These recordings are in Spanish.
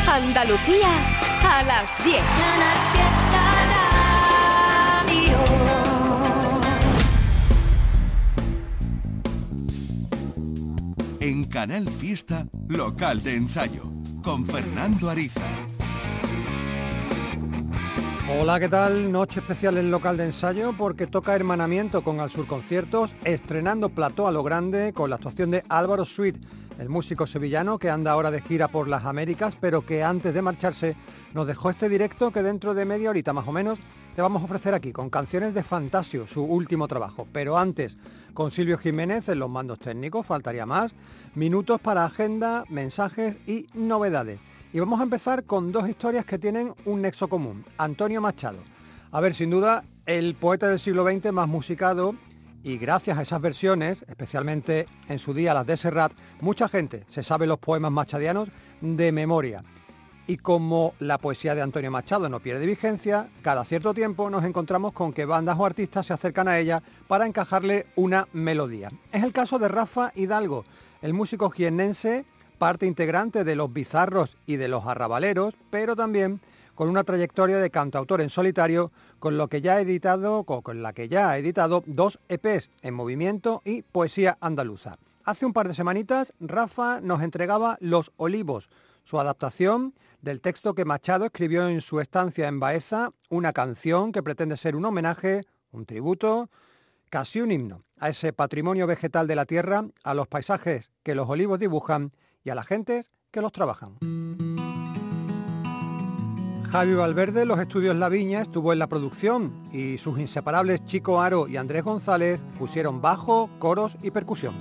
Andalucía a las 10. En Canal Fiesta, local de ensayo, con Fernando Ariza. Hola, ¿qué tal? Noche especial en local de ensayo porque toca hermanamiento con Al Sur Conciertos, estrenando plató a lo grande con la actuación de Álvaro Sweet, el músico sevillano que anda ahora de gira por las Américas, pero que antes de marcharse nos dejó este directo que dentro de media horita más o menos te vamos a ofrecer aquí, con canciones de Fantasio, su último trabajo. Pero antes, con Silvio Jiménez en los mandos técnicos, faltaría más, minutos para agenda, mensajes y novedades. Y vamos a empezar con dos historias que tienen un nexo común. Antonio Machado. A ver, sin duda, el poeta del siglo XX más musicado, y gracias a esas versiones, especialmente en su día las de Serrat, mucha gente se sabe los poemas machadianos de memoria. Y como la poesía de Antonio Machado no pierde vigencia, cada cierto tiempo nos encontramos con que bandas o artistas se acercan a ella para encajarle una melodía. Es el caso de Rafa Hidalgo, el músico jiennense, parte integrante de Los Bizarros y de Los Arrabaleros, pero también con una trayectoria de cantautor en solitario, con la que ya ha editado 2 EPs, En Movimiento y Poesía Andaluza. Hace un par de semanitas, Rafa nos entregaba Los Olivos, su adaptación del texto que Machado escribió en su estancia en Baeza, una canción que pretende ser un homenaje, un tributo, casi un himno, a ese patrimonio vegetal de la tierra, a los paisajes que los olivos dibujan y a las gentes que los trabajan. Javi Valverde, los estudios La Viña, estuvo en la producción y sus inseparables Chico Aro y Andrés González pusieron bajo, coros y percusión.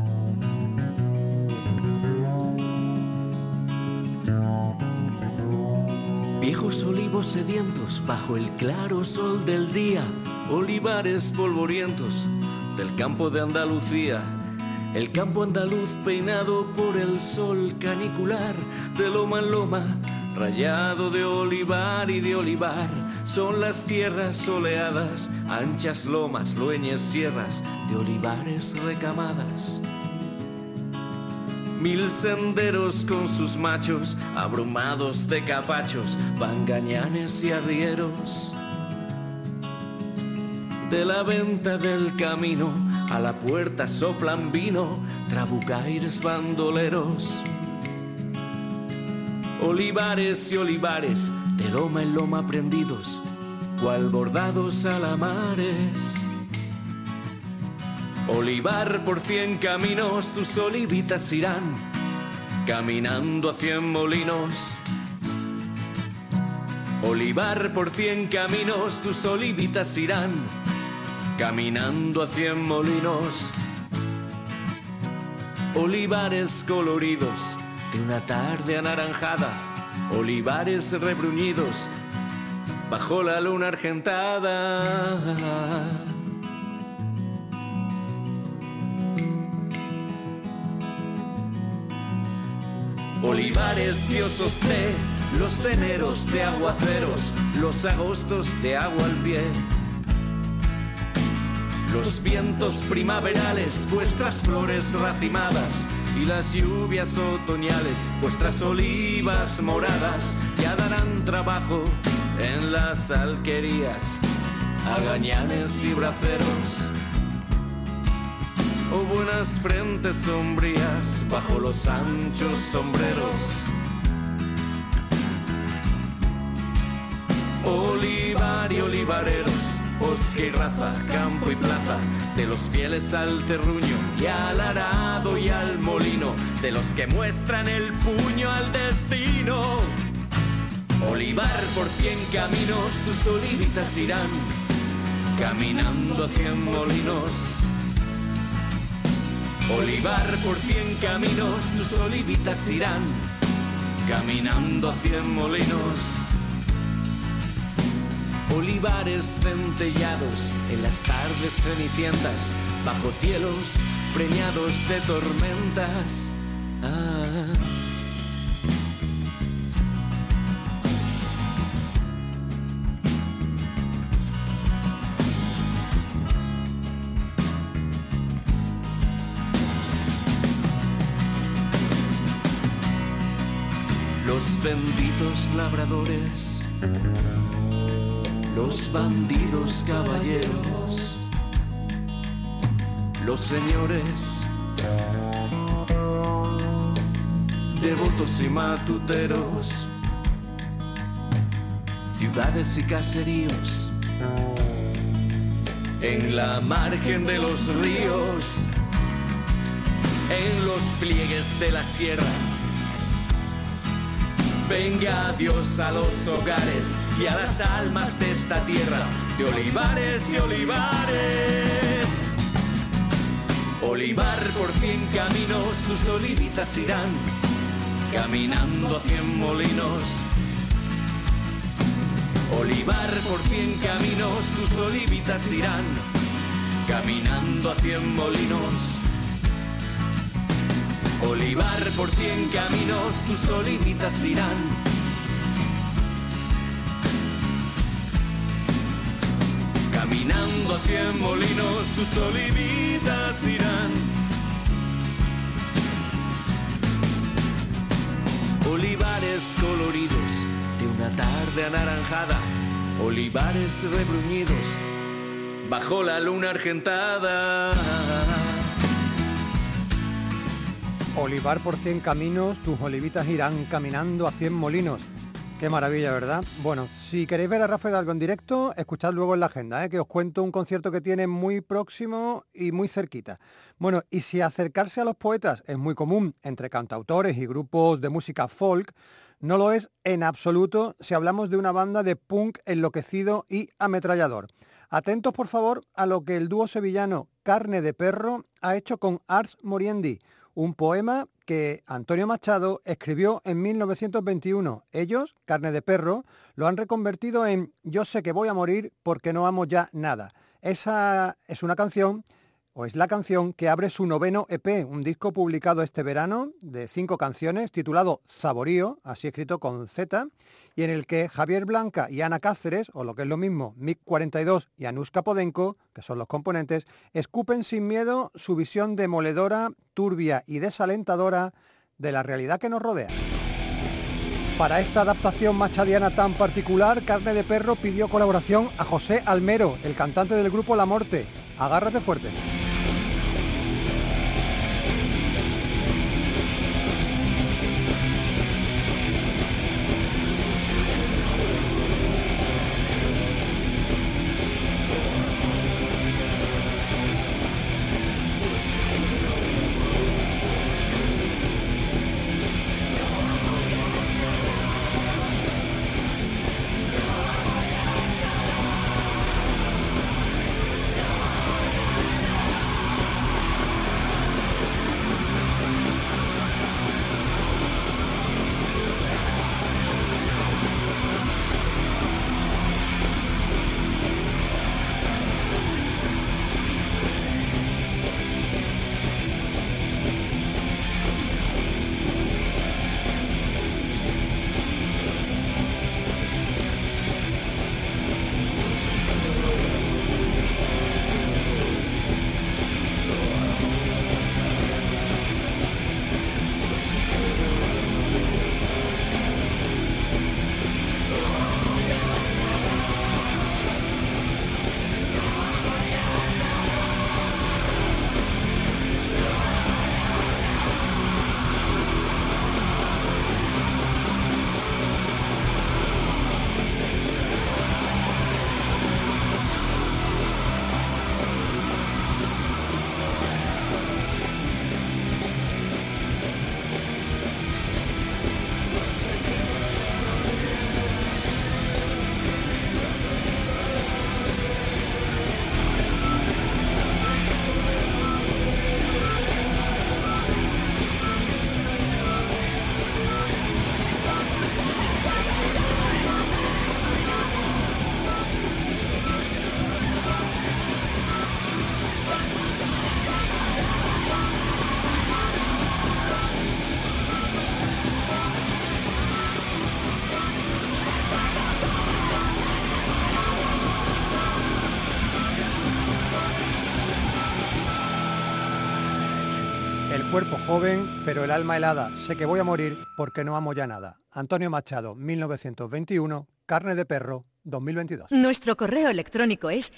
Viejos olivos sedientos bajo el claro sol del día, olivares polvorientos del campo de Andalucía. El campo andaluz peinado por el sol canicular, de loma en loma, rayado de olivar y de olivar. Son las tierras soleadas, anchas lomas, lueñes sierras, de olivares recamadas. 1000 senderos con sus machos, abrumados de capachos, bangañanes y arrieros. De la venta del camino a la puerta soplan vino, trabucaires bandoleros. Olivares y olivares, de loma en loma prendidos, cual bordados alamares. Olivar por 100 caminos, tus olivitas irán, caminando a 100 molinos. Olivar por 100 caminos, tus olivitas irán, caminando a 100 molinos. Olivares coloridos de una tarde anaranjada, olivares rebruñidos bajo la luna argentada. Olivares diosos de los eneros de aguaceros, los agostos de agua al pie. Los vientos primaverales, vuestras flores racimadas, y las lluvias otoñales, vuestras olivas moradas, ya darán trabajo en las alquerías, a gañanes y braceros. O buenas frentes sombrías bajo los anchos sombreros. Olivar y olivareros, bosque y raza, campo y plaza, de los fieles al terruño y al arado y al molino, de los que muestran el puño al destino. Olivar por 100 caminos, tus olivitas irán, caminando a 100 molinos. Olivar por 100 caminos, tus olivitas irán, caminando a 100 molinos. Olivares centellados en las tardes cenicientas, bajo cielos preñados de tormentas. los benditos labradores, los bandidos caballeros, los señores devotos y matuteros, ciudades y caseríos, en la margen de los ríos, en los pliegues de la sierra. Venga Dios a los hogares y a las almas de esta tierra, de olivares y olivares. Olivar por 100 caminos, tus olivitas irán caminando a 100 molinos. Olivar por 100 caminos, tus olivitas irán caminando a 100 molinos. Olivar por 100 caminos, tus olivitas irán caminando a 100 molinos, tus olivitas irán. Olivares coloridos de una tarde anaranjada, olivares rebruñidos bajo la luna argentada. Olivar por 100 caminos, tus olivitas irán caminando a 100 molinos. Qué maravilla, ¿verdad? Bueno, si queréis ver a Rafa Hidalgo en directo, escuchad luego en la agenda, que os cuento un concierto que tiene muy próximo y muy cerquita. Bueno, y si acercarse a los poetas es muy común entre cantautores y grupos de música folk, no lo es en absoluto si hablamos de una banda de punk enloquecido y ametrallador. Atentos, por favor, a lo que el dúo sevillano Carne de Perro ha hecho con Ars Moriendi, un poema que Antonio Machado escribió en 1921. Ellos, Carne de Perro, lo han reconvertido en Yo sé que voy a morir porque no amo ya nada. Esa es una canción, o es la canción que abre su 9º EP, un disco publicado este verano de 5 canciones, titulado Saborío, así escrito con Z, y en el que Javier Blanca y Ana Cáceres, o lo que es lo mismo, MiG-42 y Anushka Podenko, que son los componentes, escupen sin miedo su visión demoledora, turbia y desalentadora de la realidad que nos rodea. Para esta adaptación machadiana tan particular, Carne de Perro pidió colaboración a José Almero, el cantante del grupo La Morte. Agárrate fuerte. Cuerpo joven, pero el alma helada. Sé que voy a morir porque no amo ya nada. Antonio Machado, 1921, Carne de Perro, 2022. Nuestro correo electrónico es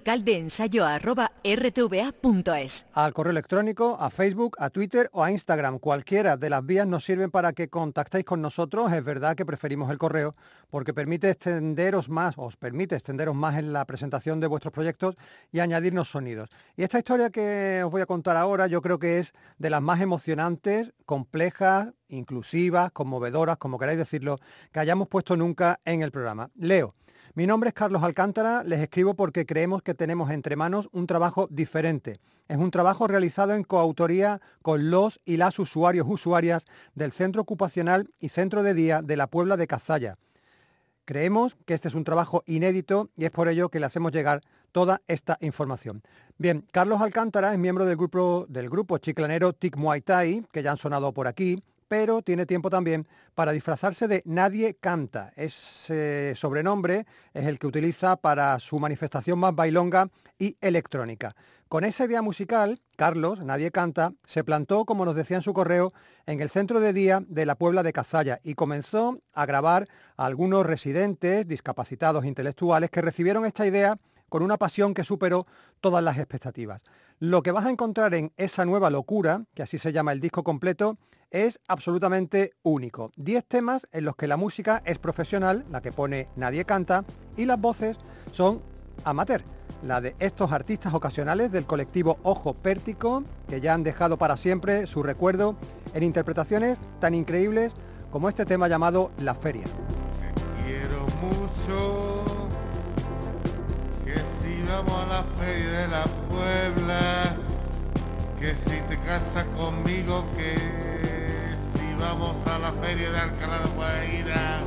localdeensayo@rtva.es. Al correo electrónico, a Facebook, a Twitter o a Instagram. Cualquiera de las vías nos sirven para que contactéis con nosotros. Es verdad que preferimos el correo porque os permite extenderos más en la presentación de vuestros proyectos y añadirnos sonidos. Y esta historia que os voy a contar ahora yo creo que es de las más emocionantes, complejas, inclusivas, conmovedoras, como queráis decirlo, que hayamos puesto nunca en el programa. Leo. Mi nombre es Carlos Alcántara, les escribo porque creemos que tenemos entre manos un trabajo diferente. Es un trabajo realizado en coautoría con los y las usuarias del Centro Ocupacional y Centro de Día de la Puebla de Cazalla. Creemos que este es un trabajo inédito y es por ello que le hacemos llegar toda esta información. Bien, Carlos Alcántara es miembro del grupo chiclanero Tic Muay Thai, que ya han sonado por aquí, pero tiene tiempo también para disfrazarse de Nadie Canta. Ese sobrenombre es el que utiliza para su manifestación más bailonga y electrónica. Con esa idea musical, Carlos, Nadie Canta, se plantó, como nos decía en su correo, en el centro de día de la Puebla de Cazalla y comenzó a grabar a algunos residentes, discapacitados intelectuales, que recibieron esta idea con una pasión que superó todas las expectativas. Lo que vas a encontrar en Esa Nueva Locura, que así se llama el disco completo, es absolutamente único. 10 temas en los que la música es profesional, la que pone Nadie Canta, y las voces son amateur, la de estos artistas ocasionales del colectivo Ojo Pértico, que ya han dejado para siempre su recuerdo en interpretaciones tan increíbles como este tema llamado La Feria. Te quiero mucho, que si vamos a la feria de la Puebla, que si te casas conmigo, que si vamos a la feria de Alcalá de Guaira,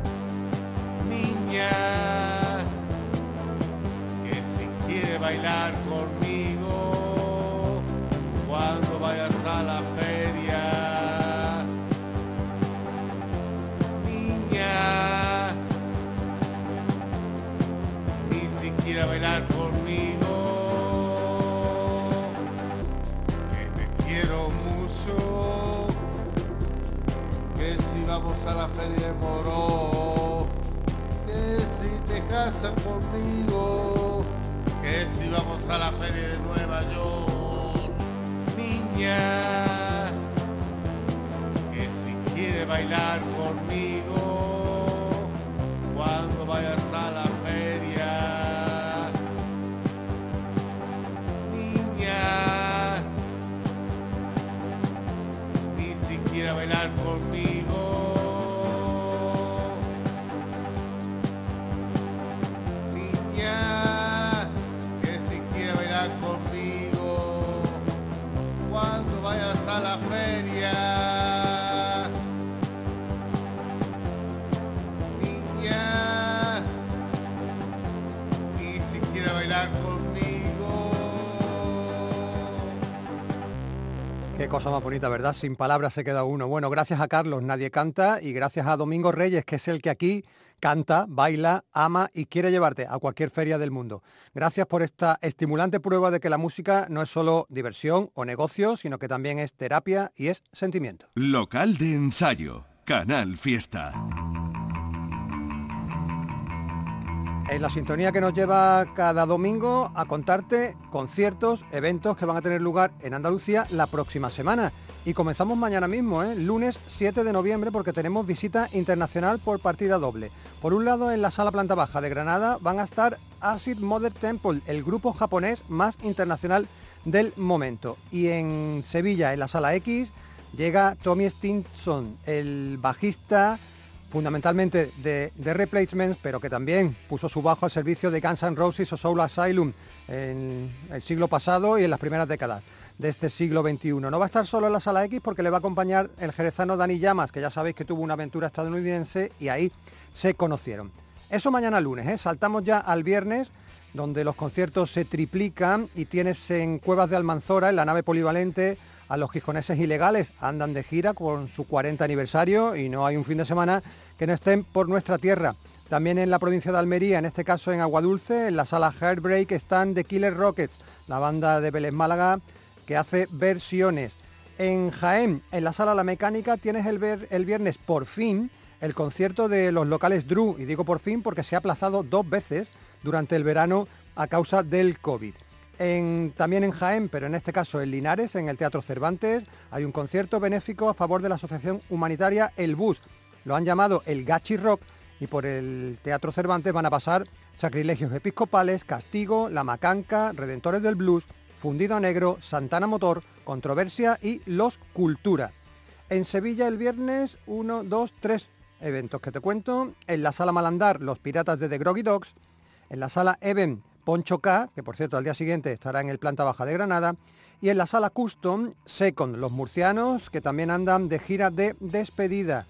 niña, que si quiere bailar conmigo, cuando vayas a la feria, niña, ni siquiera bailar conmigo. Vamos a la feria de Morón, que si te casas conmigo, que si vamos a la feria de Nueva York, niña, que si quiere bailar conmigo, cuando vayas a la feria, niña, ni siquiera bailar conmigo. La feria, niña, ni siquiera bailar conmigo. Qué cosa más bonita, ¿verdad? Sin palabras se queda uno. Bueno, gracias a Carlos, Nadie Canta, y gracias a Domingo Reyes, que es el que aquí canta, baila, ama y quiere llevarte a cualquier feria del mundo. Gracias por esta estimulante prueba de que la música no es solo diversión o negocio, sino que también es terapia y es sentimiento. Local de ensayo, Canal Fiesta. En la sintonía que nos lleva cada domingo a contarte conciertos, eventos que van a tener lugar en Andalucía la próxima semana. Y comenzamos mañana mismo, lunes 7 de noviembre, porque tenemos visita internacional por partida doble. Por un lado, en la Sala Planta Baja de Granada van a estar Acid Mother Temple, el grupo japonés más internacional del momento. Y en Sevilla, en la Sala X, llega Tommy Stinson, el bajista fundamentalmente de Replacements, pero que también puso su bajo al servicio de Guns N' Roses o Soul Asylum en el siglo pasado y en las primeras décadas de este siglo XXI. No va a estar solo en la Sala X porque le va a acompañar el jerezano Dani Llamas, que ya sabéis que tuvo una aventura estadounidense y ahí se conocieron. Eso mañana lunes, Saltamos ya al viernes, donde los conciertos se triplican y tienes en Cuevas de Almanzora, en la nave polivalente, a los gijoneses ilegales. Andan de gira con su 40 aniversario y no hay un fin de semana que no estén por nuestra tierra. También en la provincia de Almería, en este caso en Aguadulce, en la Sala Heartbreak están The Killer Rockets, la banda de Vélez Málaga que hace versiones. En Jaén, en la Sala La Mecánica, tienes el viernes por fin el concierto de los locales Dru, y digo por fin porque se ha aplazado 2 veces durante el verano a causa del COVID. También en Jaén, pero en este caso en Linares, en el Teatro Cervantes, hay un concierto benéfico a favor de la asociación humanitaria El Bus. Lo han llamado el Gachi Rock y por el Teatro Cervantes van a pasar Sacrilegios Episcopales, Castigo, La Macanca, Redentores del Blues, Fundido Negro, Santana Motor, Controversia y Los Cultura. En Sevilla el viernes 1, 2, 3 eventos que te cuento. En la Sala Malandar, Los Piratas de The Groggy Dogs. En la Sala Even, Poncho K, que por cierto al día siguiente estará en el Planta Baja de Granada. Y en la Sala Custom, Second, Los Murcianos, que también andan de gira de despedida.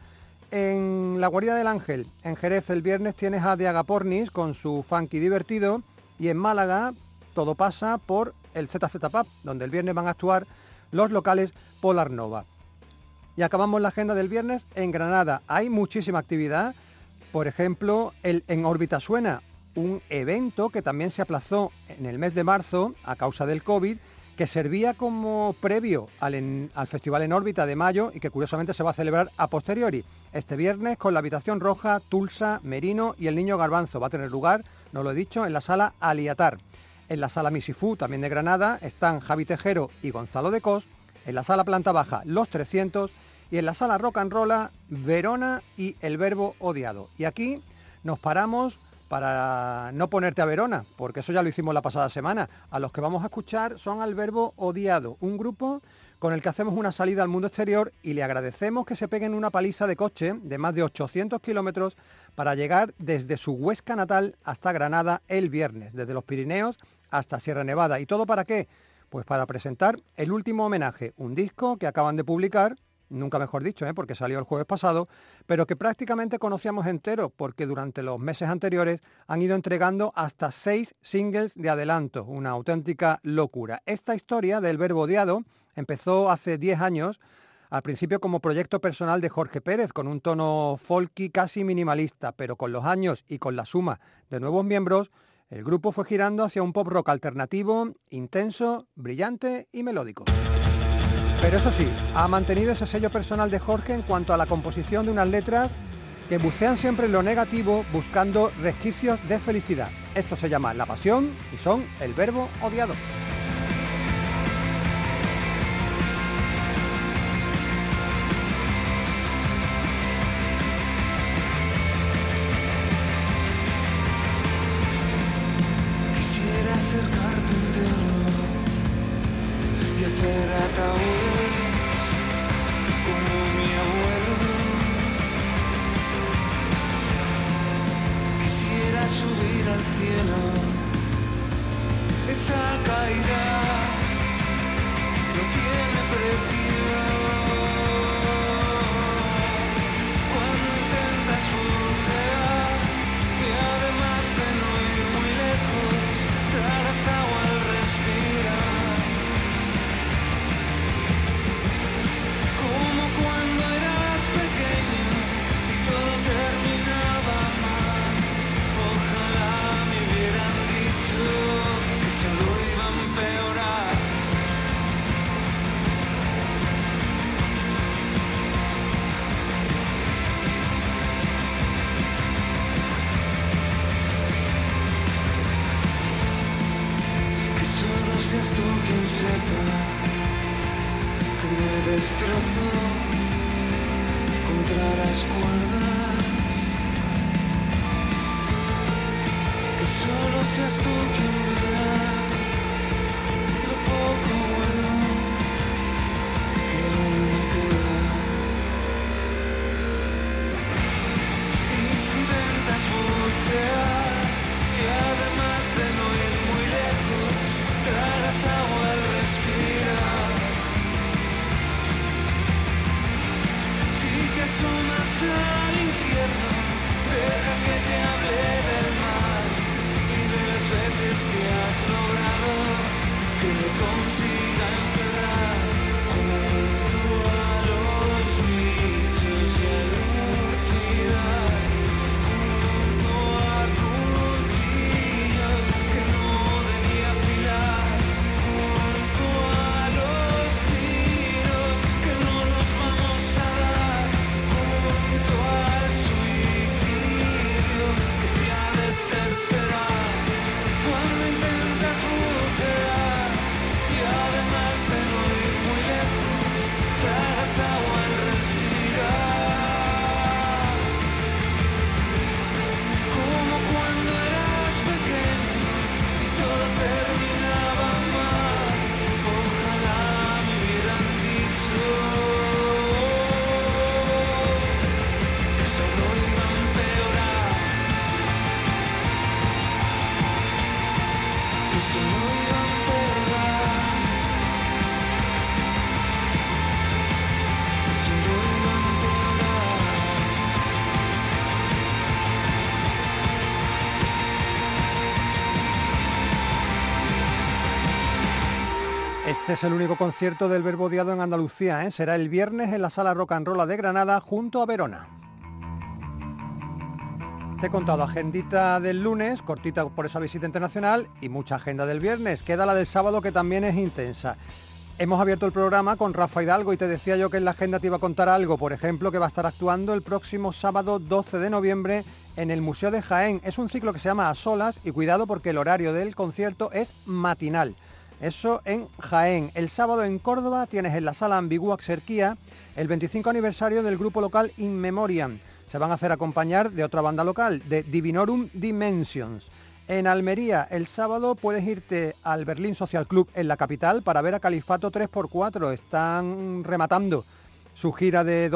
En la Guarida del Ángel, en Jerez, el viernes tienes a De Agapornis con su funky divertido. Y en Málaga, todo pasa por el ZZ Pub, donde el viernes van a actuar los locales Polar Nova. Y acabamos la agenda del viernes en Granada. Hay muchísima actividad, por ejemplo, En órbita suena, un evento que también se aplazó en el mes de marzo a causa del COVID, que servía como previo al Festival En órbita de mayo y que curiosamente se va a celebrar a posteriori. Este viernes con la Habitación Roja, Tulsa, Merino y el Niño Garbanzo. Va a tener lugar, no lo he dicho, en la Sala Aliatar. En la Sala Misifú, también de Granada, están Javi Tejero y Gonzalo de Cos. En la Sala Planta Baja, Los 300. Y en la Sala Rock and Rolla, Verona y El Verbo Odiado. Y aquí nos paramos para no ponerte a Verona, porque eso ya lo hicimos la pasada semana. A los que vamos a escuchar son al Verbo Odiado, un grupo con el que hacemos una salida al mundo exterior y le agradecemos que se peguen una paliza de coche de más de 800 kilómetros para llegar desde su Huesca natal hasta Granada el viernes, desde los Pirineos hasta Sierra Nevada. ¿Y todo para qué? Pues para presentar el último homenaje, un disco que acaban de publicar, nunca mejor dicho, porque salió el jueves pasado, pero que prácticamente conocíamos entero, porque durante los meses anteriores han ido entregando hasta 6 singles de adelanto, una auténtica locura. Esta historia del Verbo Odiado empezó hace 10 años, al principio como proyecto personal de Jorge Pérez, con un tono folky casi minimalista, pero con los años y con la suma de nuevos miembros, el grupo fue girando hacia un pop rock alternativo, intenso, brillante y melódico. Pero eso sí, ha mantenido ese sello personal de Jorge en cuanto a la composición de unas letras que bucean siempre en lo negativo buscando resquicios de felicidad. Esto se llama La Pasión y son El Verbo Odiado. Quisiera ser carpintero y hacer ataúdes como mi abuelo. Quisiera subir al cielo, esa caída no tiene precio. Cuando intentas bucear y además de no ir muy lejos, tragas agua al respirar. Como cuando eras pequeño y todo terminaba mal. Ojalá me hubieran dicho que solo iba a empeorar. Que solo seas tú quien sepa que me destrozo contra las cuerdas. Que solo seas tú quien vea lo poco bueno que aún me queda. Y si intentas bucear y además de no ir muy lejos, tragas agua al respirar. Si te asomas al infierno, deja que te hable del mal y de las veces que has logrado que lo consiga encerrar junto a los bichos y al orfidal, junto a cuchillos que no debía afilar, junto a los tiros que no nos vamos a dar, junto al Este es el único concierto del Verbo Odiado en Andalucía, ¿eh? Será el viernes en la Sala Rock and Roll de Granada junto a Verona. Te he contado agendita del lunes, cortita por esa visita internacional, y mucha agenda del viernes. Queda la del sábado, que también es intensa. Hemos abierto el programa con Rafa Hidalgo y te decía yo que en la agenda te iba a contar algo. Por ejemplo, que va a estar actuando el próximo sábado 12 de noviembre en el Museo de Jaén. Es un ciclo que se llama A Solas y cuidado porque el horario del concierto es matinal. Eso en Jaén. El sábado en Córdoba tienes en la Sala Ambigua Axerquía el 25 aniversario del grupo local In Memoriam. Se van a hacer acompañar de otra banda local, de Divinorum Dimensions. En Almería, el sábado puedes irte al Berlín Social Club en la capital para ver a Califato 3x4. Están rematando su gira de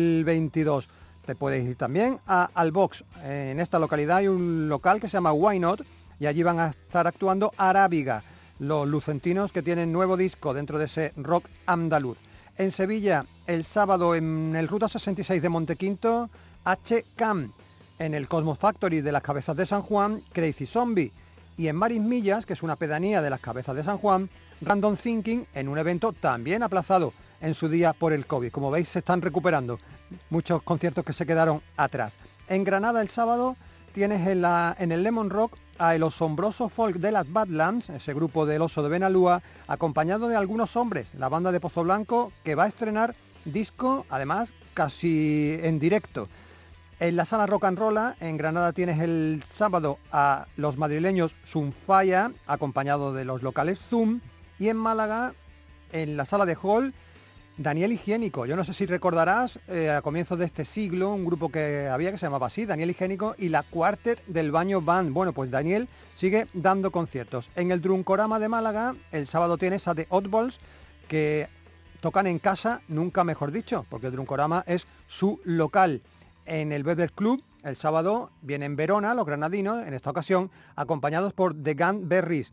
2022. Te puedes ir también a Albox. En esta localidad hay un local que se llama Why Not y allí van a estar actuando Arábiga, los lucentinos que tienen nuevo disco dentro de ese rock andaluz. En Sevilla, el sábado en el Ruta 66 de Montequinto, H-Cam. En el Cosmos Factory de las Cabezas de San Juan, Crazy Zombie. Y en Maris Millas, que es una pedanía de las Cabezas de San Juan, Random Thinking, en un evento también aplazado en su día por el COVID. Como veis, se están recuperando muchos conciertos que se quedaron atrás. En Granada, el sábado, tienes en el Lemon Rock a el asombroso folk de las Badlands, ese grupo del Oso de Benalúa, acompañado de algunos hombres, la banda de Pozo Blanco, que va a estrenar disco, además, casi en directo. En la Sala Rock and Roll en Granada tienes el sábado a los madrileños Sunfaya, acompañado de los locales Zoom, y en Málaga, en la Sala de Hall, Daniel Higiénico. Yo no sé si recordarás, a comienzos de este siglo, un grupo que había que se llamaba así, Daniel Higiénico y la Quartet del Baño Band. Bueno, pues Daniel sigue dando conciertos. En el Drunkorama de Málaga, el sábado tienes a The Oddballs, que tocan en casa, nunca mejor dicho, porque el Drunkorama es su local. En el Velvet Club, el sábado, vienen Verona, los granadinos, en esta ocasión, acompañados por The Gun Berries.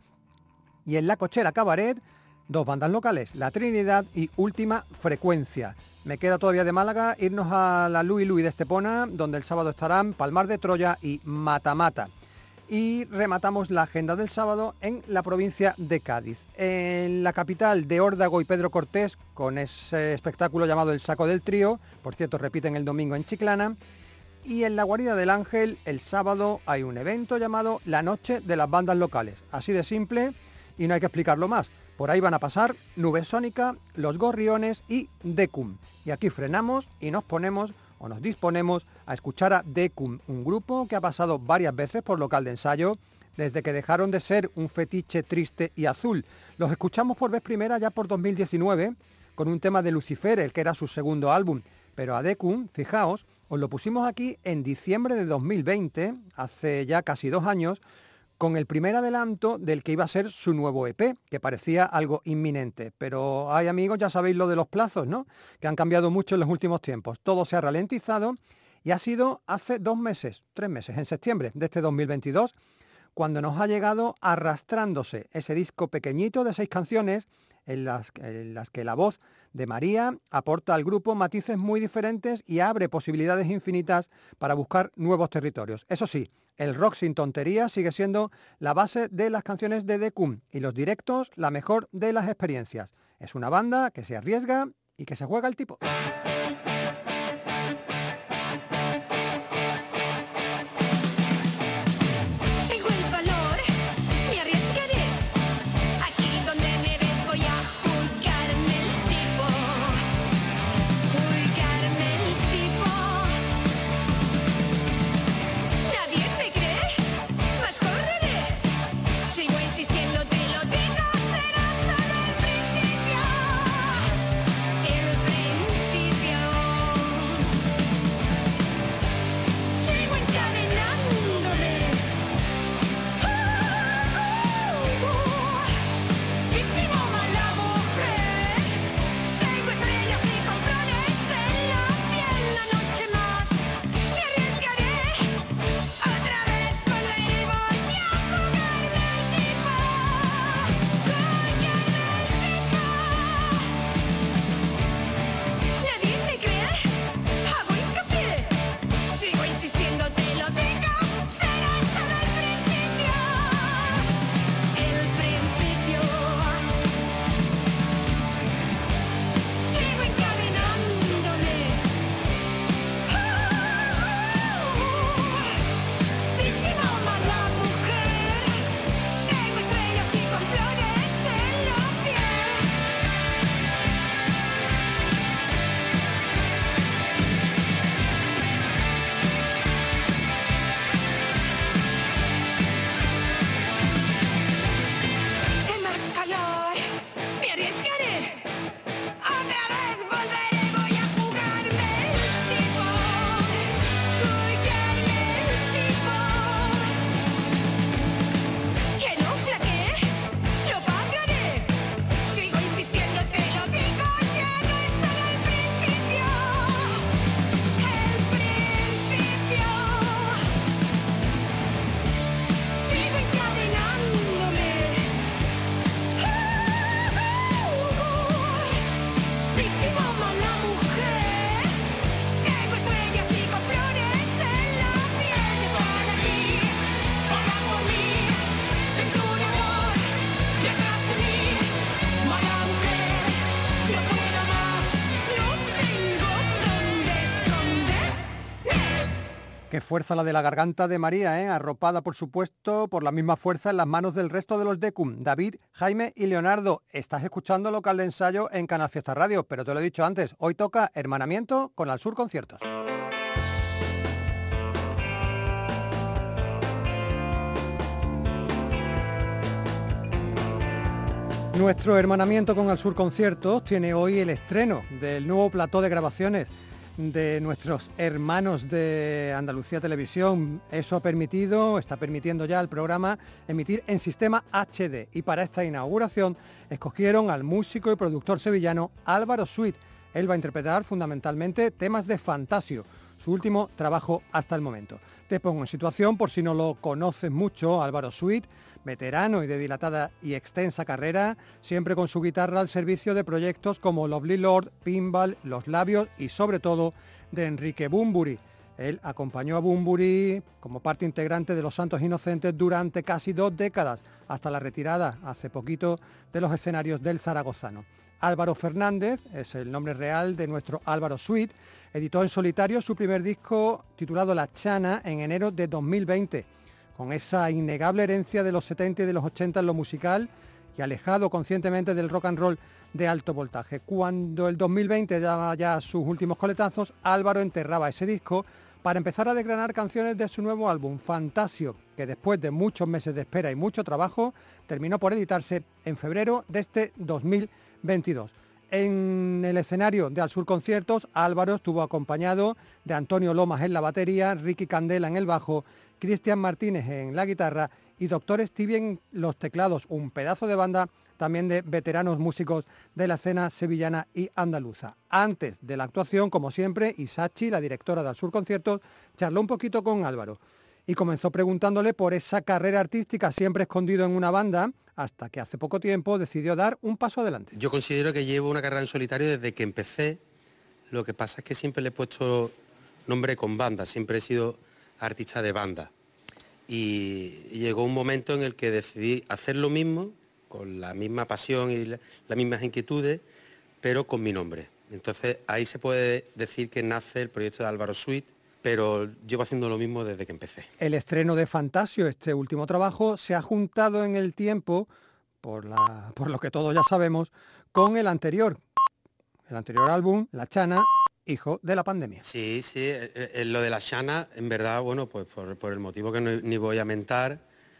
Y en La Cochera Cabaret, dos bandas locales, La Trinidad y Última Frecuencia. Me queda todavía de Málaga irnos a la Louis Louis de Estepona, donde el sábado estarán Palmar de Troya y Mata Mata. Y rematamos la agenda del sábado en la provincia de Cádiz. En la capital de Órdago y Pedro Cortés, con ese espectáculo llamado El Saco del Trío, por cierto repiten el domingo en Chiclana. Y en la Guarida del Ángel, el sábado hay un evento llamado La Noche de las Bandas Locales. Así de simple y no hay que explicarlo más. Por ahí van a pasar Nube Sónica, Los Gorriones y Decum. Y aquí frenamos y nos disponemos a escuchar a Decum, un grupo que ha pasado varias veces por local de ensayo desde que dejaron de ser un fetiche triste y azul. Los escuchamos por vez primera ya por 2019 con un tema de Lucifer, el que era su segundo álbum. Pero a Decum, fijaos, os lo pusimos aquí en diciembre de 2020, hace ya casi 2 años, con el primer adelanto del que iba a ser su nuevo EP, que parecía algo inminente. Pero hay amigos, ya sabéis lo de los plazos, ¿no? Que han cambiado mucho en los últimos tiempos. Todo se ha ralentizado y ha sido hace 3 meses, en septiembre de este 2022, cuando nos ha llegado arrastrándose ese disco pequeñito de 6 canciones en las que la voz de María aporta al grupo matices muy diferentes y abre posibilidades infinitas para buscar nuevos territorios. Eso sí, el rock sin tonterías sigue siendo la base de las canciones de Decum y los directos la mejor de las experiencias. Es una banda que se arriesga y que se juega el tipo. El principio. Qué fuerza la de la garganta de María, ¿eh? Arropada, por supuesto, por la misma fuerza en las manos del resto de los Decum, David, Jaime y Leonardo. Estás escuchando Local de Ensayo en Canal Fiesta Radio, pero te lo he dicho antes, hoy toca hermanamiento con Al Sur Conciertos. Nuestro hermanamiento con Al Sur Conciertos tiene hoy el estreno del nuevo plató de grabaciones de nuestros hermanos de Andalucía Televisión. Eso está permitiendo ya al programa emitir en sistema HD, y para esta inauguración escogieron al músico y productor sevillano Álvaro Sweet. Él va a interpretar fundamentalmente temas de Fantasio, su último trabajo hasta el momento. Te pongo en situación por si no lo conoces mucho. Álvaro Sweet, veterano y de dilatada y extensa carrera, siempre con su guitarra al servicio de proyectos como Lovely Lord, Pinball, Los Labios y sobre todo de Enrique Bunbury. Él acompañó a Bunbury como parte integrante de Los Santos Inocentes durante casi 2 décadas, hasta la retirada hace poquito de los escenarios del zaragozano. Álvaro Fernández es el nombre real de nuestro Álvaro Sweet. Editó en solitario su primer disco titulado La Chana en enero de 2020. Con esa innegable herencia de los 70 y de los 80 en lo musical y alejado conscientemente del rock and roll de alto voltaje. Cuando el 2020 daba ya sus últimos coletazos, Álvaro enterraba ese disco para empezar a desgranar canciones de su nuevo álbum, Fantasio, que después de muchos meses de espera y mucho trabajo, terminó por editarse en febrero de este 2022. En el escenario de Al Sur Conciertos, Álvaro estuvo acompañado de Antonio Lomas en la batería, Ricky Candela en el bajo, Cristian Martínez en la guitarra y Dr. Stevie en los teclados, un pedazo de banda también de veteranos músicos de la escena sevillana y andaluza. Antes de la actuación, como siempre, Isachi, la directora de Al Sur Conciertos, charló un poquito con Álvaro y comenzó preguntándole por esa carrera artística siempre escondido en una banda, hasta que hace poco tiempo decidió dar un paso adelante. Yo considero que llevo una carrera en solitario desde que empecé. Lo que pasa es que siempre le he puesto nombre con banda, siempre he sido artista de banda. Y llegó un momento en el que decidí hacer lo mismo, con la misma pasión y las mismas inquietudes, pero con mi nombre. Entonces ahí se puede decir que nace el proyecto de Álvaro Sweet, pero llevo haciendo lo mismo desde que empecé. El estreno de Fantasio, este último trabajo, se ha juntado en el tiempo, por lo que todos ya sabemos, con el anterior álbum, La Chana, hijo de la pandemia. Sí, lo de La Chana, en verdad, bueno, pues por el motivo que ni voy a mentar,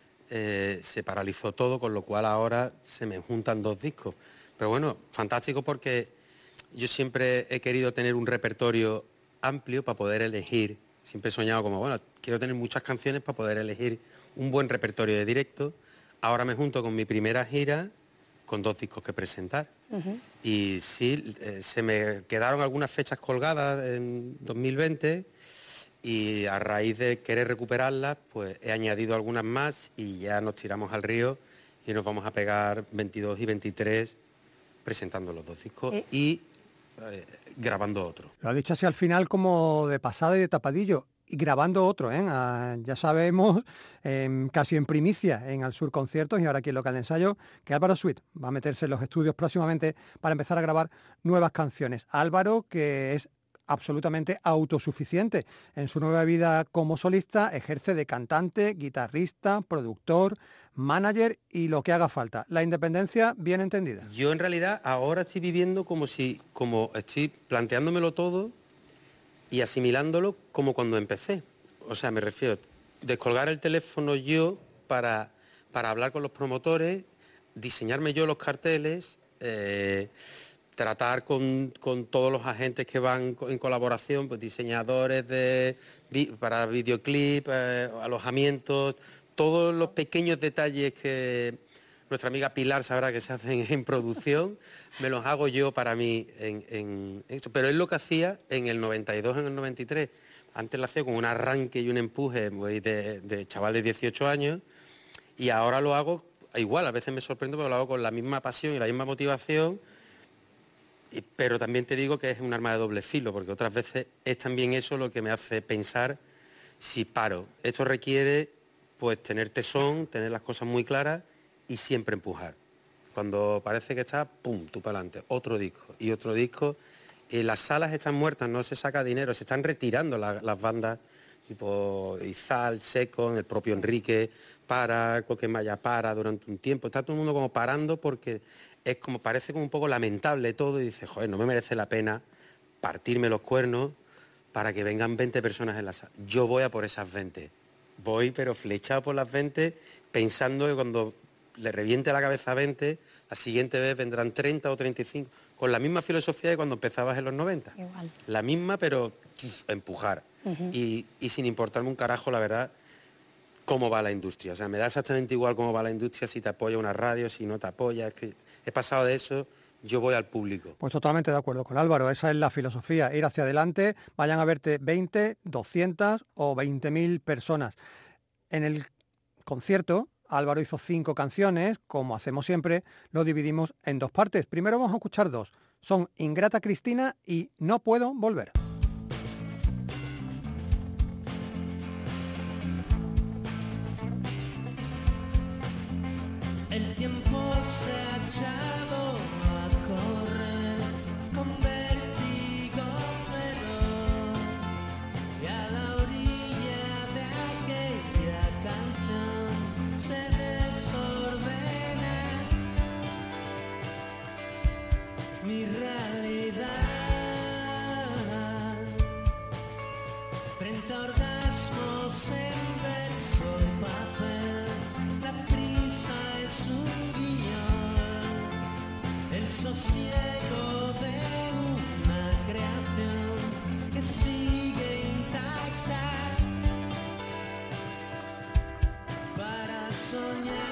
se paralizó todo, con lo cual ahora se me juntan 2 discos. Pero bueno, fantástico, porque yo siempre he querido tener un repertorio amplio para poder elegir. Siempre he soñado como, bueno, quiero tener muchas canciones para poder elegir un buen repertorio de directo. Ahora me junto con mi primera gira, con 2 discos que presentar. Y sí, se me quedaron algunas fechas colgadas en 2020 y a raíz de querer recuperarlas, pues he añadido algunas más y ya nos tiramos al río y nos vamos a pegar 22 y 23 presentando los 2 discos y grabando otro. Lo ha dicho así al final como de pasada y de tapadillo. Y grabando otro, ya sabemos, casi en primicia en Al Sur Conciertos y ahora aquí en Local de Ensayo, que Álvaro Sweet va a meterse en los estudios próximamente para empezar a grabar nuevas canciones. Álvaro, que es absolutamente autosuficiente en su nueva vida como solista, ejerce de cantante, guitarrista, productor, manager y lo que haga falta. La independencia bien entendida. Yo en realidad ahora estoy viviendo como estoy planteándomelo todo y asimilándolo como cuando empecé. O sea, me refiero, descolgar el teléfono yo para hablar con los promotores, diseñarme yo los carteles, tratar con todos los agentes que van en colaboración, pues diseñadores para videoclip, alojamientos, todos los pequeños detalles que nuestra amiga Pilar sabrá que se hacen en producción, me los hago yo para mí en esto. Pero es lo que hacía en el 92, en el 93. Antes lo hacía con un arranque y un empuje pues, de chaval de 18 años y ahora lo hago igual. A veces me sorprendo porque lo hago con la misma pasión y la misma motivación, pero también te digo que es un arma de doble filo, porque otras veces es también eso lo que me hace pensar si paro. Esto requiere pues tener tesón, tener las cosas muy claras y siempre empujar. Cuando parece que está, pum, tú para adelante, otro disco y otro disco. Las salas están muertas, no se saca dinero, se están retirando las bandas tipo Izal, Seco, el propio Enrique para, Coquemaya para durante un tiempo. Está todo el mundo como parando porque es como, parece como un poco lamentable todo y dice, joder, no me merece la pena partirme los cuernos para que vengan 20 personas en la sala. Yo voy a por esas 20. Voy pero flechado por las 20 pensando que cuando le reviente la cabeza a 20, la siguiente vez vendrán 30 o 35, con la misma filosofía de cuando empezabas en los 90. Igual. La misma, pero empujar. Y sin importarme un carajo, la verdad, cómo va la industria. O sea, me da exactamente igual cómo va la industria, si te apoya una radio, si no te apoya. Es que he pasado de eso, yo voy al público. Pues totalmente de acuerdo con Álvaro, esa es la filosofía, ir hacia adelante, vayan a verte 20, 200 o 20.000 personas. En el concierto, Álvaro hizo 5 canciones, como hacemos siempre, lo dividimos en 2 partes. Primero vamos a escuchar 2, son Ingrata Cristina y No Puedo Volver. El tiempo se ha echado a correr con vértigo feroz y a la orilla de aquella canción se desordena mi realidad frente a orgasmos en verso y papel. La prisa es un guión, el sosiego de una creación que sigue intacta para soñar.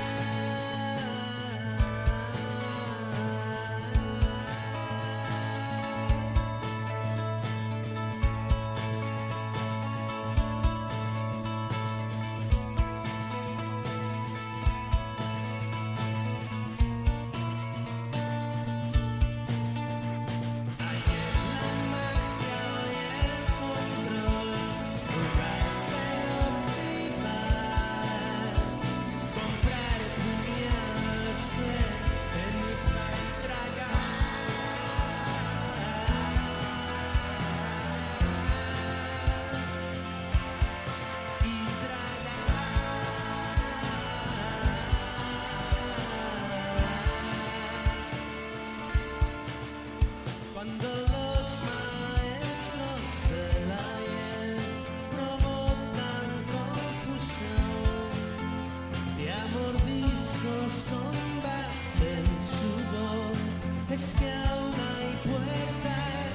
Cuando los maestros del ayer provocan confusión y a mordiscos combaten su voz, es que aún hay puertas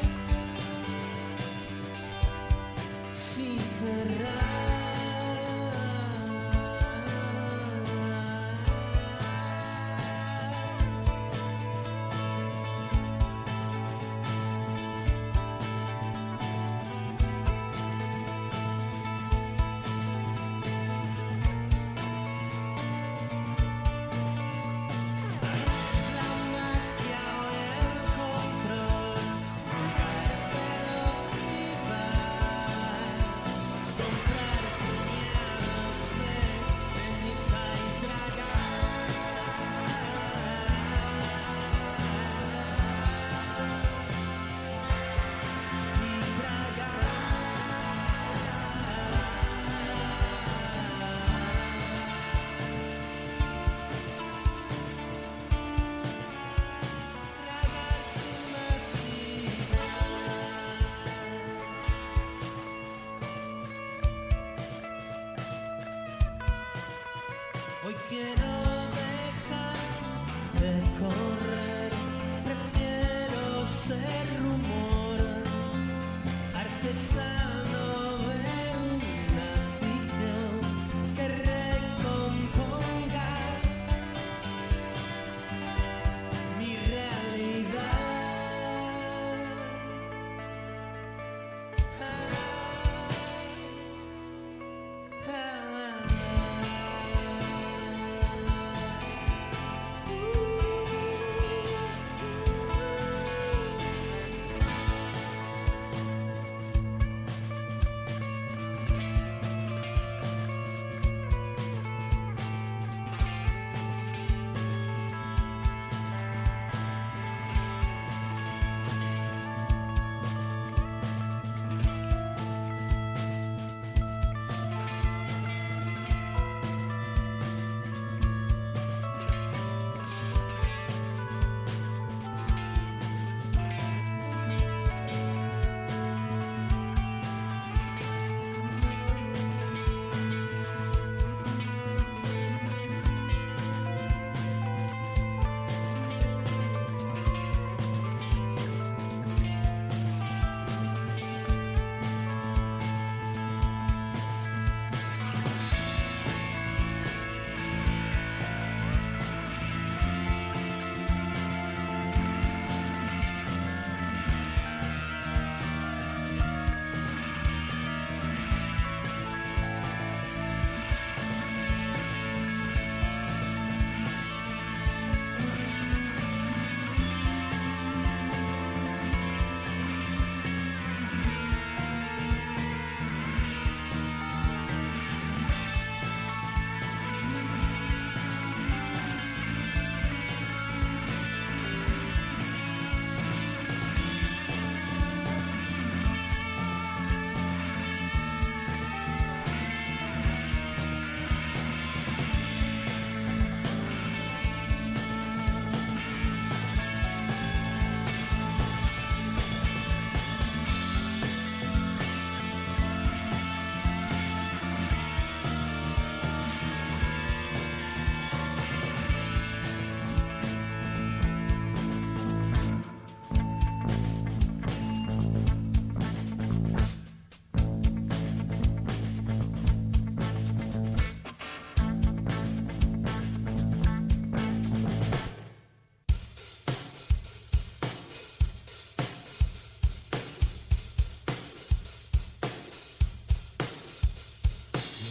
sin cerrar. Comprar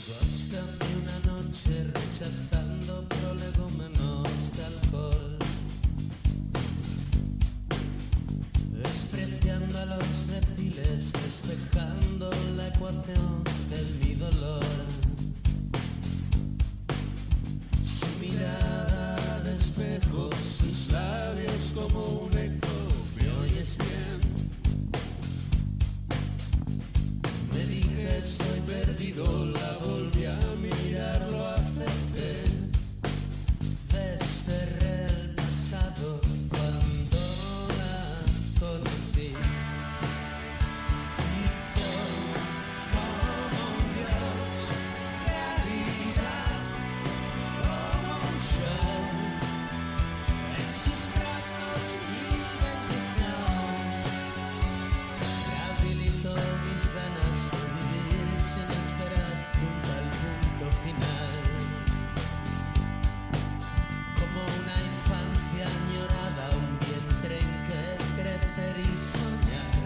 Bástame una noche rechazando prolegómenos de alcohol, despreciando a los reptiles, despejando la ecuación de mi dolor. Su mirada de espejo, sus labios como un eco, ¿me oyes bien? Me dije estoy perdido, la volví a mirar, lo acepté. Desterré el pasado cuando la conocí. Ficción como un dios, realidad como un show. En sus brazos mi bendición rehabilitó mis ganas de vivir sin esperar nunca el punto final. Como una infancia añorada, un vientre en que crecer y soñar.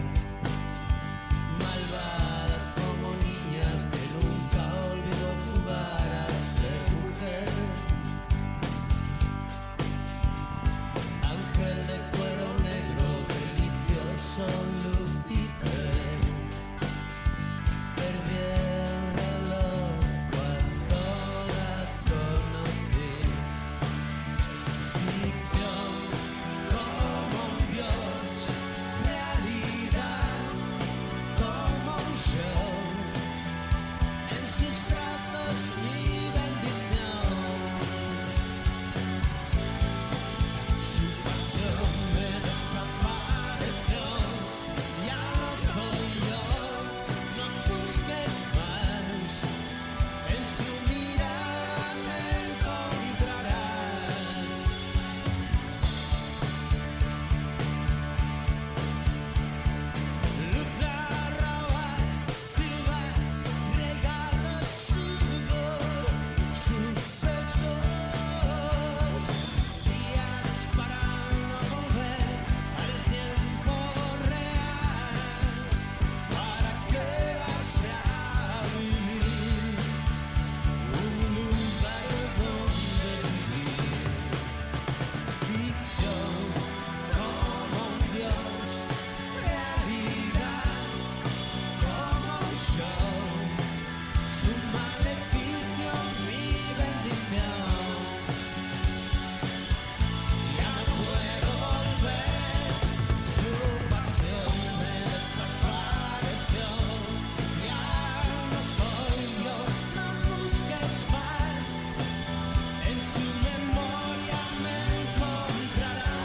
Malvada como niña que nunca olvidó jugar a ser mujer. Ángel de cuero negro, delicioso Lucifer. Perdí el reloj cuando la conocí. Ficción como un dios, realidad como un show. En sus brazos mi bendición. Su pasión me desapareció. Ya no soy yo, no busques más. En su mirada me encontrarás. Luz arroba, ciudad, regalo sudo, sus besos, días para no volver al tiempo real, para quedarse a vivir, un lugar donde vivir. Ficción como un dios, realidad como un show, su maleficio mi bendición. Ya no puedo volver, su pasión me desapareció. Ya no soy yo, no busques más, en su memoria me encontrarás.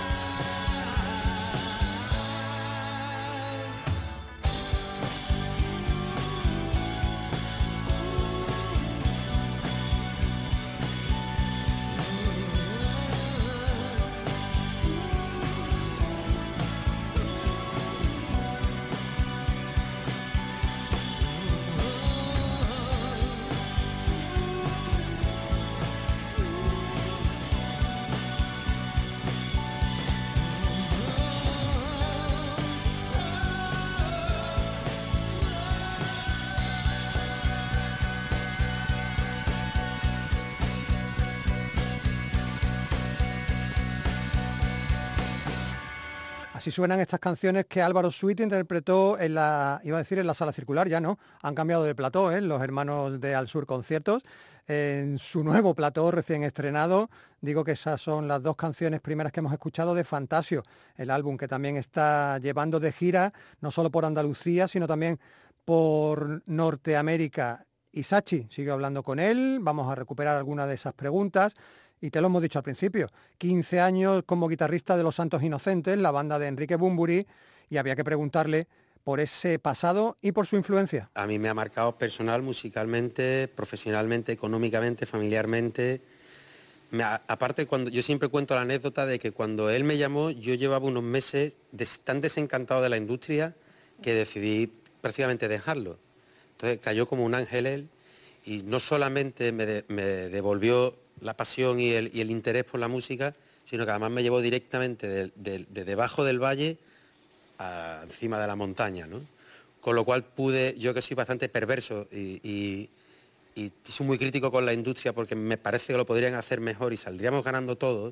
Así suenan estas canciones que Álvaro Sweet interpretó en la, iba a decir en la Sala Circular, ya no, han cambiado de plató, los hermanos de Al Sur Conciertos, en su nuevo plató recién estrenado. Digo que esas son las dos canciones primeras que hemos escuchado de Fantasio, el álbum que también está llevando de gira, no solo por Andalucía, sino también por Norteamérica. Y Sachi, sigo hablando con él, vamos a recuperar algunas de esas preguntas. Y te lo hemos dicho al principio, 15 años como guitarrista de Los Santos Inocentes, la banda de Enrique Bunbury, y había que preguntarle por ese pasado y por su influencia. A mí me ha marcado personal, musicalmente, profesionalmente, económicamente, familiarmente. Aparte, cuando yo siempre cuento la anécdota de que cuando él me llamó, yo llevaba unos meses tan desencantado de la industria que decidí prácticamente dejarlo. Entonces cayó como un ángel él, y no solamente me devolvió la pasión y el interés por la música, sino que además me llevó directamente de debajo del valle a encima de la montaña, ¿no? Con lo cual pude, yo que soy bastante perverso y y soy muy crítico con la industria porque me parece que lo podrían hacer mejor y saldríamos ganando todos,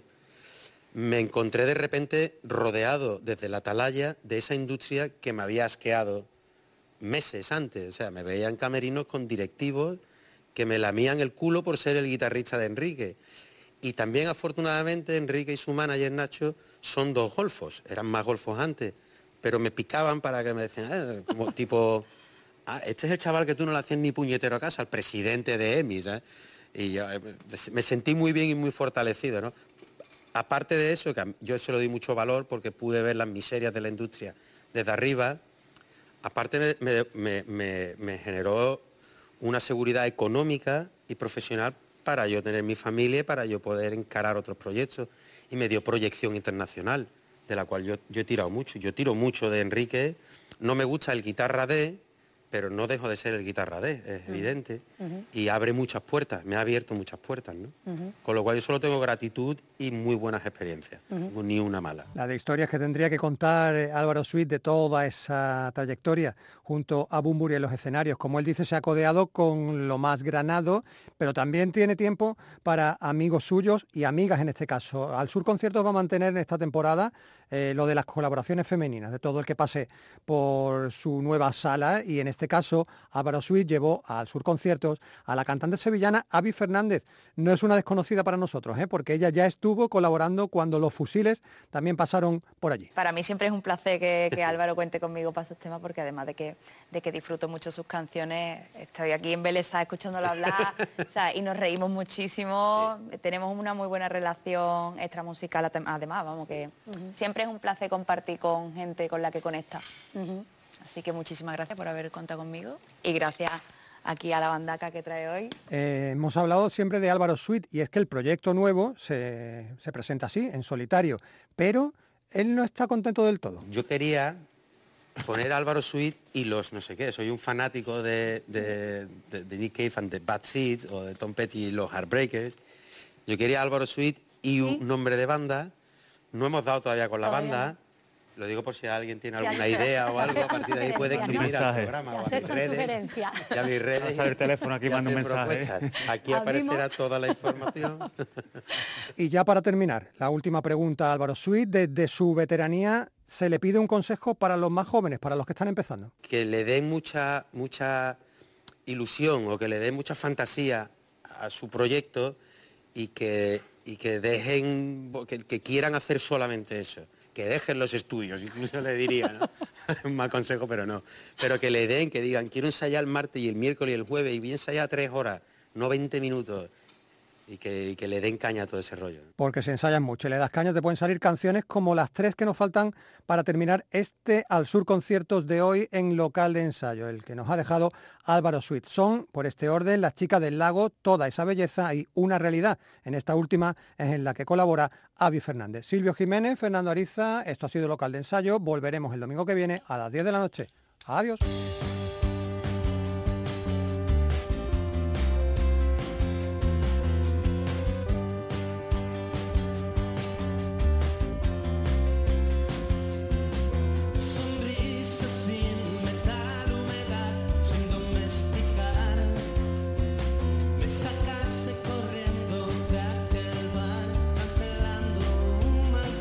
me encontré de repente rodeado desde la atalaya de esa industria que me había asqueado meses antes. O sea, me veía en camerinos con directivos que me lamían el culo por ser el guitarrista de Enrique. Y también, afortunadamente, Enrique y su manager Nacho son 2 golfos. Eran más golfos antes, pero me picaban para que me decían, como tipo, este es el chaval que tú no le hacías ni puñetero caso, al presidente de EMI, ¿sabes? Y yo me sentí muy bien y muy fortalecido, ¿no? Aparte de eso, que yo se lo di mucho valor porque pude ver las miserias de la industria desde arriba, aparte me generó una seguridad económica y profesional para yo tener mi familia y para yo poder encarar otros proyectos. Y me dio proyección internacional, de la cual yo he tirado mucho. Yo tiro mucho de Enrique, no me gusta el guitarra D, pero no dejo de ser el guitarra D, es evidente, y abre muchas puertas, me ha abierto muchas puertas, ¿no? Con lo cual yo solo tengo gratitud y muy buenas experiencias, ni una mala. La de historias que tendría que contar Álvaro Sweet de toda esa trayectoria junto a Bunbury en los escenarios. Como él dice, se ha codeado con lo más granado, pero también tiene tiempo para amigos suyos y amigas en este caso. Al Sur Conciertos va a mantener en esta temporada lo de las colaboraciones femeninas, de todo el que pase por su nueva sala, y en este caso Álvaro Sweet llevó al Sur Conciertos a la cantante sevillana Avi Fernández. No es una desconocida para nosotros, porque ella ya estuvo colaborando cuando Los Fusiles también pasaron por allí. Para mí siempre es un placer que Álvaro cuente conmigo para sus temas, porque además de que disfruto mucho sus canciones, estoy aquí embelesada escuchándolo hablar, o sea, y nos reímos muchísimo, sí. Tenemos una muy buena relación extramusical, además, vamos, que siempre es un placer compartir con gente con la que conecta. Así que muchísimas gracias por haber contado conmigo y gracias aquí a la bandaca que trae hoy. Hemos hablado siempre de Álvaro Sweet, y es que el proyecto nuevo se presenta así, en solitario, pero él no está contento del todo. Yo quería poner a Álvaro Sweet y los no sé qué, soy un fanático de Nick Cave and the Bad Seeds, o de Tom Petty y los Heartbreakers. Yo quería a Álvaro Sweet y un nombre de banda. No hemos dado todavía con la banda. Lo digo por si alguien tiene alguna idea o algo, a partir de ahí puede escribir al programa o a mis redes. Y a mis redes. El teléfono aquí, manda un mensaje. Aquí aparecerá toda la información. Y ya para terminar, la última pregunta a Álvaro Sweet. Desde su veteranía, ¿se le pide un consejo para los más jóvenes, para los que están empezando? Que le den mucha ilusión, o que le den mucha fantasía a su proyecto, y que dejen, que quieran hacer solamente eso. Que dejen los estudios, incluso le diría, ¿no? Un mal consejo, pero no. Pero que le den, que digan, quiero ensayar el martes y el miércoles y el jueves, y voy a ensayar 3 horas, no 20 minutos. Y que le den caña a todo ese rollo. Porque se ensayan mucho y le das caña, te pueden salir canciones como las 3 que nos faltan para terminar este Al Sur Conciertos de hoy en local de ensayo, el que nos ha dejado Álvaro Sweet. Son, por este orden, Las Chicas del Lago, Toda esa belleza y Una realidad. En esta última es en la que colabora Avi Fernández. Silvio Jiménez, Fernando Ariza, esto ha sido local de ensayo. Volveremos el domingo que viene a las 10 de la noche. Adiós.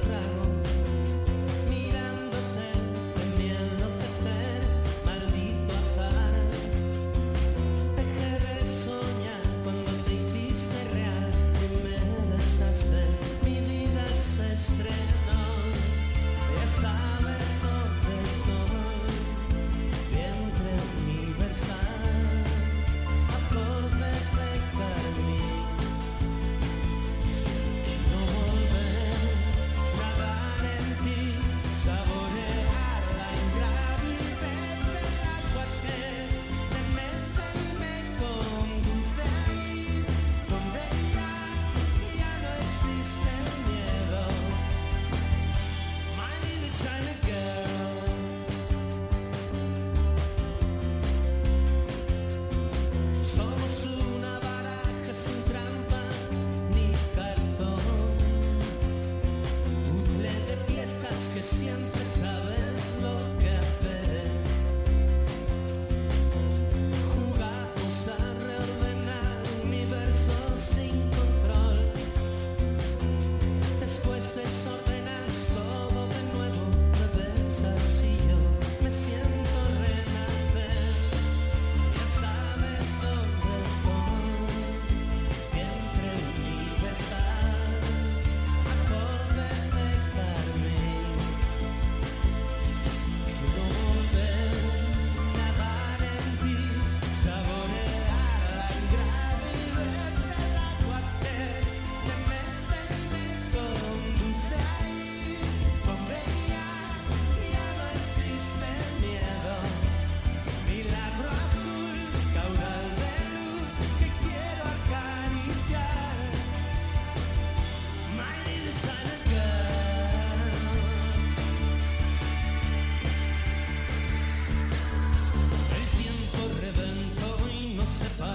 Maldito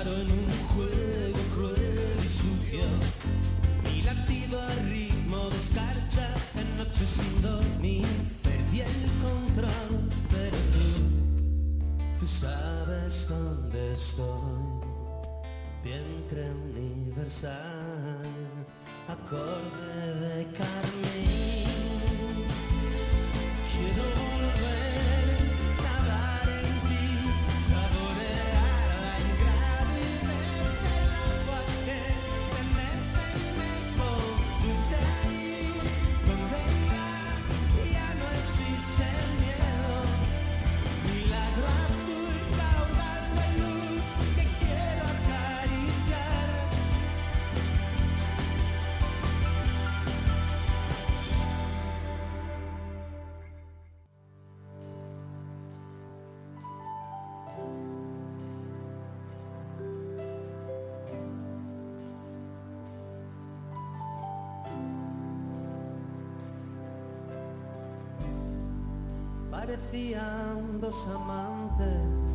paro en un juego cruel y sucio. Mi latido al ritmo de escarcha, en noches sin dormir, perdí el control, pero tú sabes dónde estoy. Vientre universal, acorde de carmín. Quiero volver a nadar en ti, saborear la ingravidez del agua que te mece y me conduce ahí, donde ya no existe el miedo. Milagro azul, caudal de luz que quiero acariciar. Parecían dos amantes,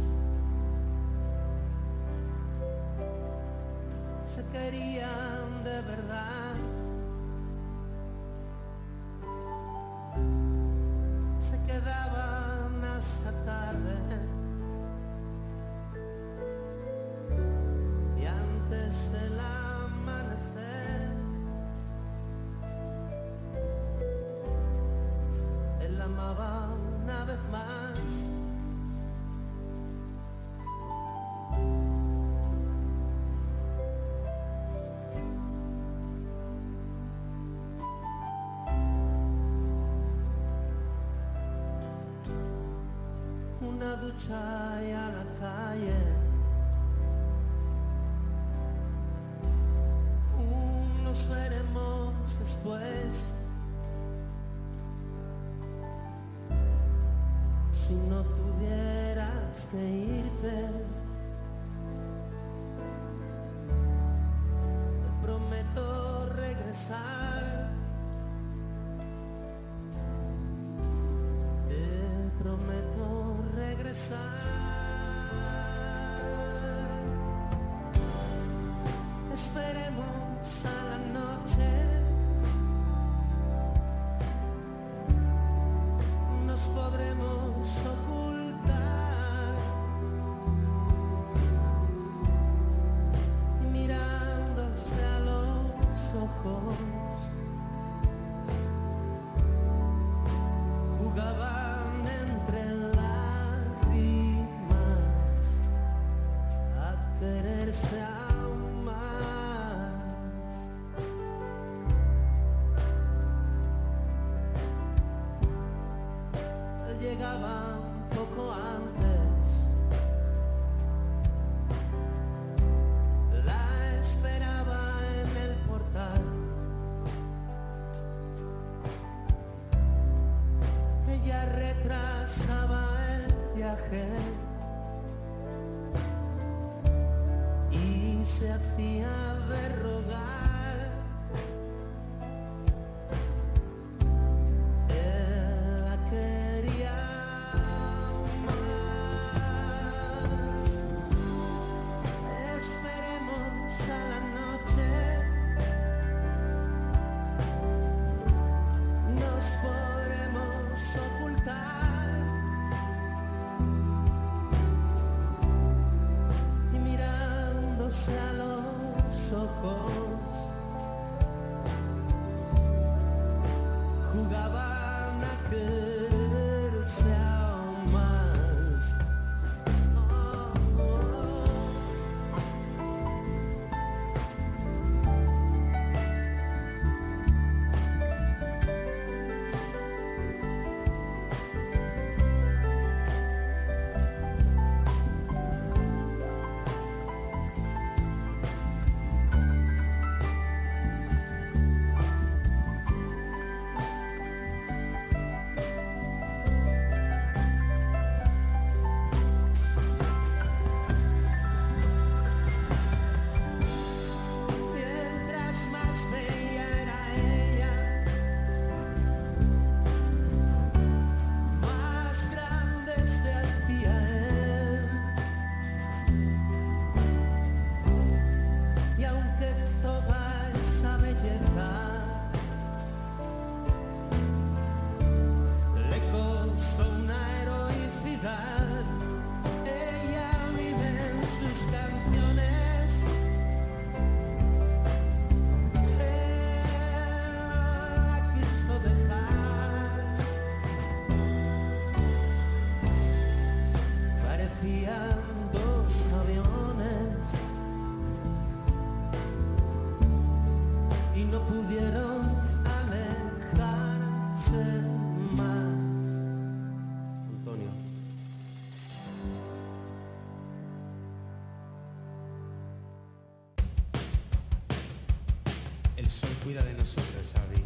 se querían de verdad, se quedaban hasta tarde, y antes del amanecer él la amaba una vez más. Una ducha y a la calle, nos veremos después. Si no tuvieras que irte, te prometo regresar. Te prometo regresar. Esperemos a la noche, nos podremos ocultar, mirándose a los ojos, jugaban entre lágrimas a quererse aún más. Llegaba un poco antes, la esperaba en el portal. Ella retrasaba el viaje y se hacía de rogar. Jugaban a quererse aún más. cuida de nosotros, Xavi.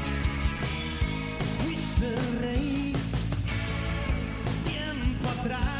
Tiempo atrás